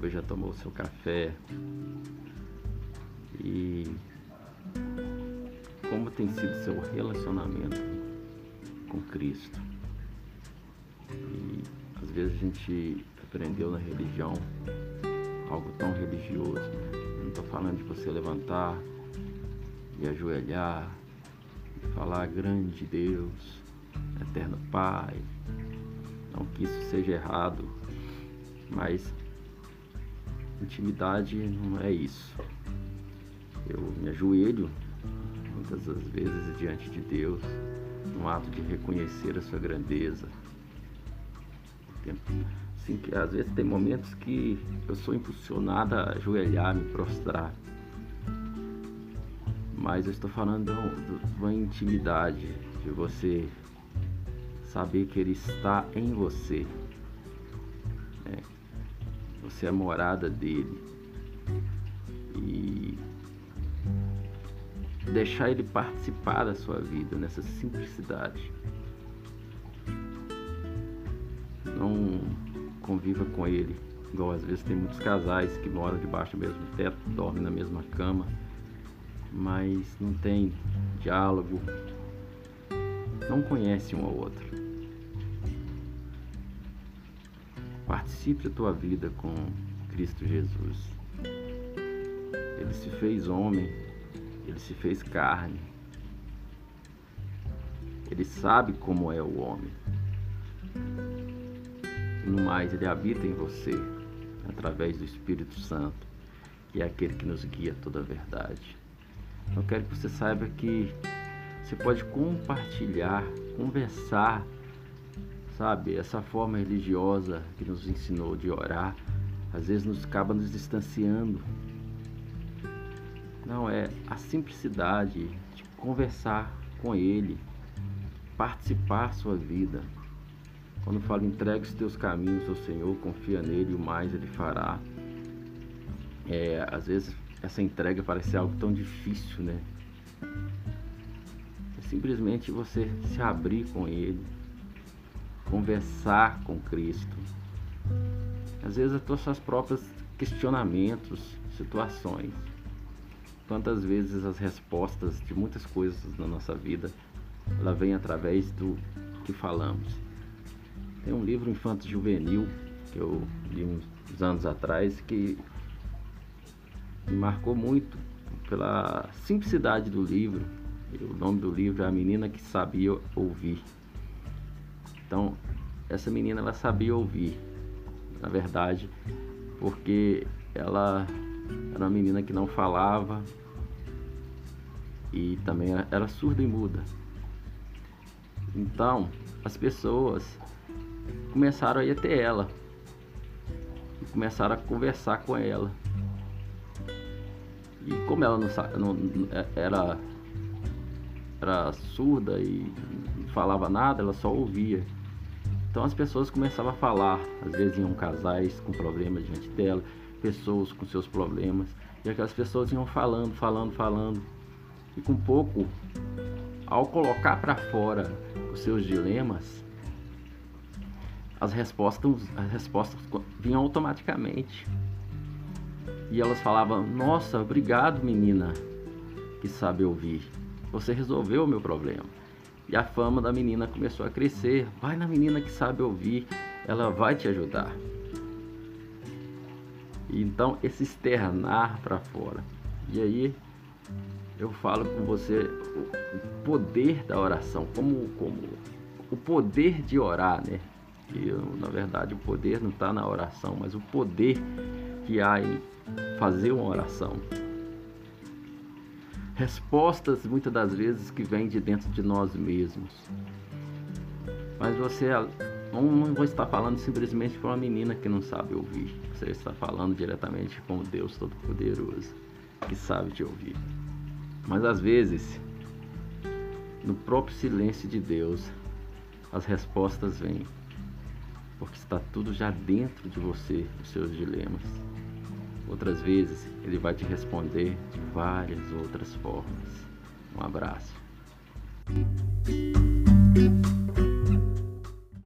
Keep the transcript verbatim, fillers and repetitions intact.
talvez já tomou seu café. E como tem sido seu relacionamento com Cristo? E às vezes a gente aprendeu na religião algo tão religioso. Eu não estou falando de você levantar e ajoelhar e falar grande Deus, eterno Pai. Não que isso seja errado, mas intimidade não é isso. Eu me ajoelho muitas das vezes diante de Deus, num ato de reconhecer a sua grandeza. Tem, assim, que às vezes tem momentos que eu sou impulsionado a ajoelhar, me prostrar. Mas eu estou falando de uma intimidade, de você saber que Ele está em você. É, você é a morada dEle. E deixar Ele participar da sua vida nessa simplicidade. Não conviva com Ele, igual às vezes tem muitos casais que moram debaixo do mesmo teto, dormem na mesma cama, mas não tem diálogo, não conhece um ao outro. Participe da tua vida com Cristo Jesus. Ele se fez homem, Ele se fez carne. Ele sabe como é o homem. E no mais, Ele habita em você, através do Espírito Santo, que é aquele que nos guia a toda a verdade. Eu quero que você saiba que você pode compartilhar, conversar, sabe? Essa forma religiosa que nos ensinou de orar, às vezes nos acaba nos distanciando. Não, é a simplicidade de conversar com Ele, participar da sua vida. Quando falo, entregue os teus caminhos ao Senhor, confia nele e o mais Ele fará. É, às vezes essa entrega parece algo tão difícil, né? É simplesmente você se abrir com Ele, conversar com Cristo. Às vezes até os seus próprios questionamentos, situações. Quantas vezes as respostas de muitas coisas na nossa vida, ela vem através do que falamos. Tem um livro infanto-juvenil que eu li uns anos atrás que me marcou muito pela simplicidade do livro. O nome do livro é A Menina que Sabia Ouvir. Então, essa menina, ela sabia ouvir, na verdade, porque ela era uma menina que não falava e também era surda e muda. Então, as pessoas começaram a ir até ela e começaram a conversar com ela. E como ela não, não era, era surda e não falava nada, ela só ouvia. Então as pessoas começavam a falar, às vezes iam casais com problemas diante dela, pessoas com seus problemas, e aquelas pessoas iam falando, falando, falando, e com pouco, ao colocar para fora os seus dilemas, as respostas, as respostas vinham automaticamente. E elas falavam: nossa, obrigado, menina que sabe ouvir, você resolveu o meu problema. E a fama da menina começou a crescer. Vai na menina que sabe ouvir, ela vai te ajudar. E então, esse externar para fora. E aí, eu falo com você o poder da oração, como, como o poder de orar, né? E eu, na verdade, o poder não está na oração, mas o poder que há em fazer uma oração. Respostas, muitas das vezes, que vêm de dentro de nós mesmos. Mas você não, não vou estar falando simplesmente para uma menina que não sabe ouvir. Você está falando diretamente com Deus Todo-Poderoso, que sabe te ouvir. Mas às vezes, no próprio silêncio de Deus, as respostas vêm. Porque está tudo já dentro de você, os seus dilemas. Outras vezes, Ele vai te responder de várias outras formas. Um abraço.